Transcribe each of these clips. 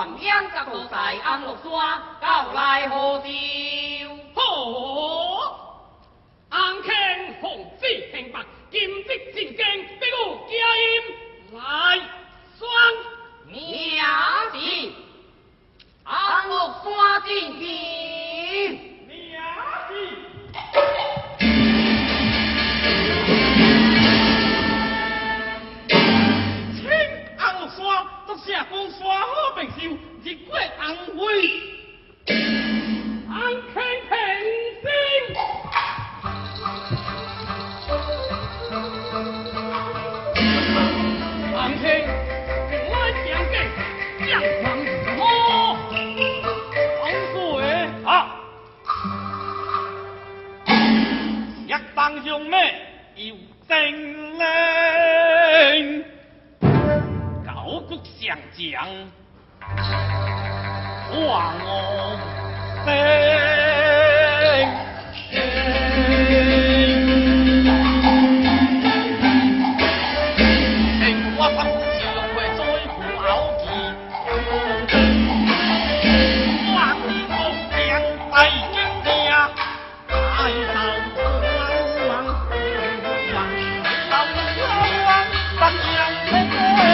黄烟甲土在安乐山，到来何朝？ 好，安庆红子平白，金枝正经，比我佳音来双名字，安乐山正气。 名字。下公山好平秀，日过安徽，安庆平生。安庆平来相见，将相如何？王水啊，一当兄妹有正令。高谷上将，望我情我心笑会再苦熬记，万年红将大金正，大头王，大将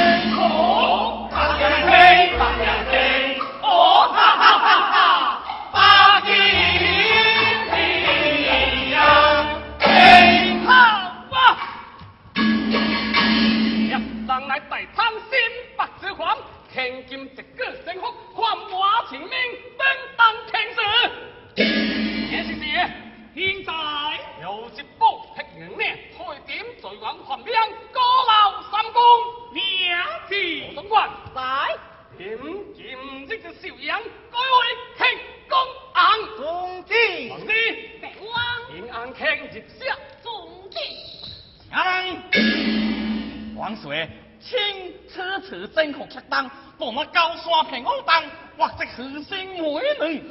千金一个幸福，换我情命，登当天子。也是是，现在有一部黑人呢，推点罪王还命，高楼三公，名字总管来。今日个小羊，改为庆功昂，宗旨，王师，大王，平安庆日下，宗旨，将王水。请此次征服客当，帮我高山平安当，或者何姓美女。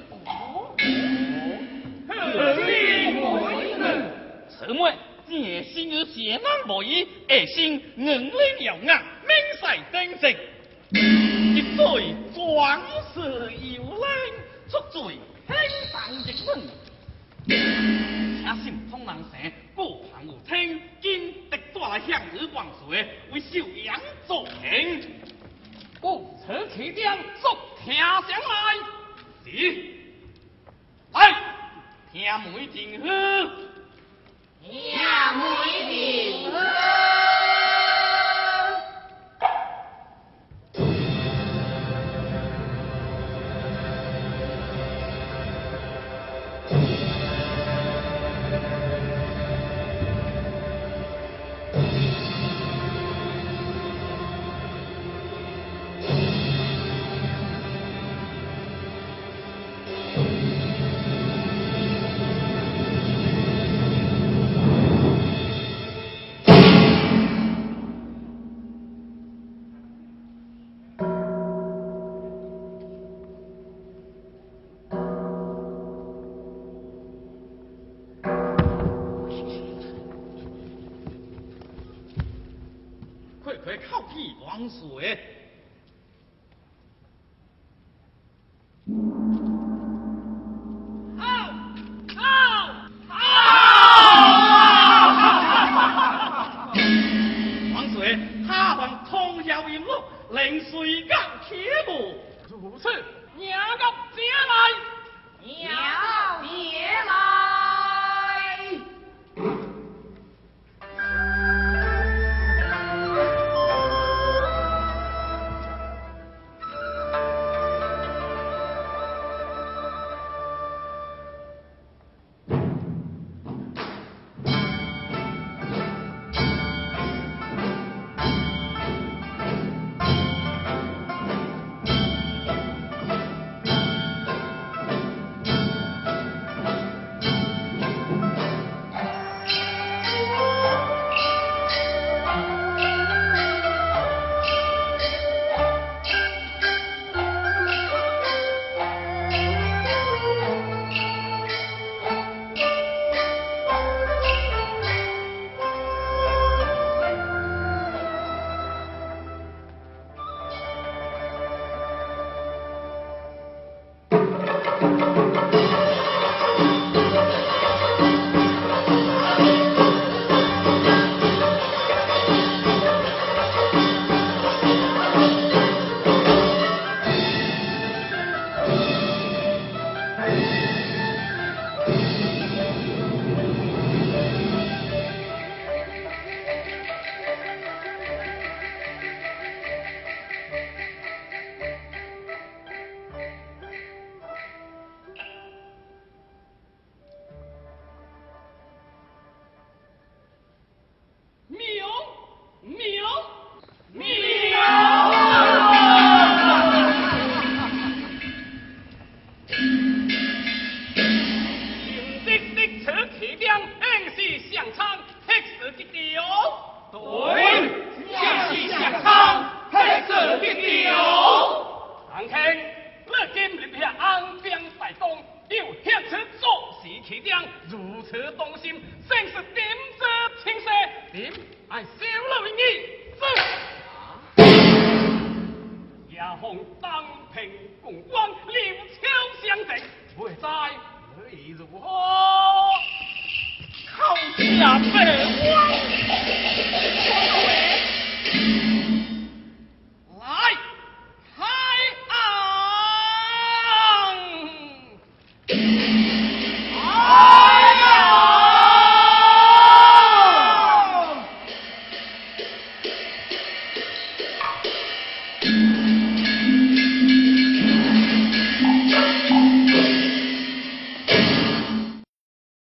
何姓美女？此妹夜心与邪难无疑，夜心硬里摇硬，明世正直。一对壮士摇篮，出罪轻上一门。且心通人蛇，过旁有听，今敌带来向日王水，为秀阳作评。故此起将速听上来，是来听梅情歌， 听梅情歌。 快靠近王水！王水，他还通宵饮乐，令水干铁木。如此，娘个姐来， 娘姐来。 前爱小老人意，也奉当平共光，刘超相赠，未知你如何？靠下辈。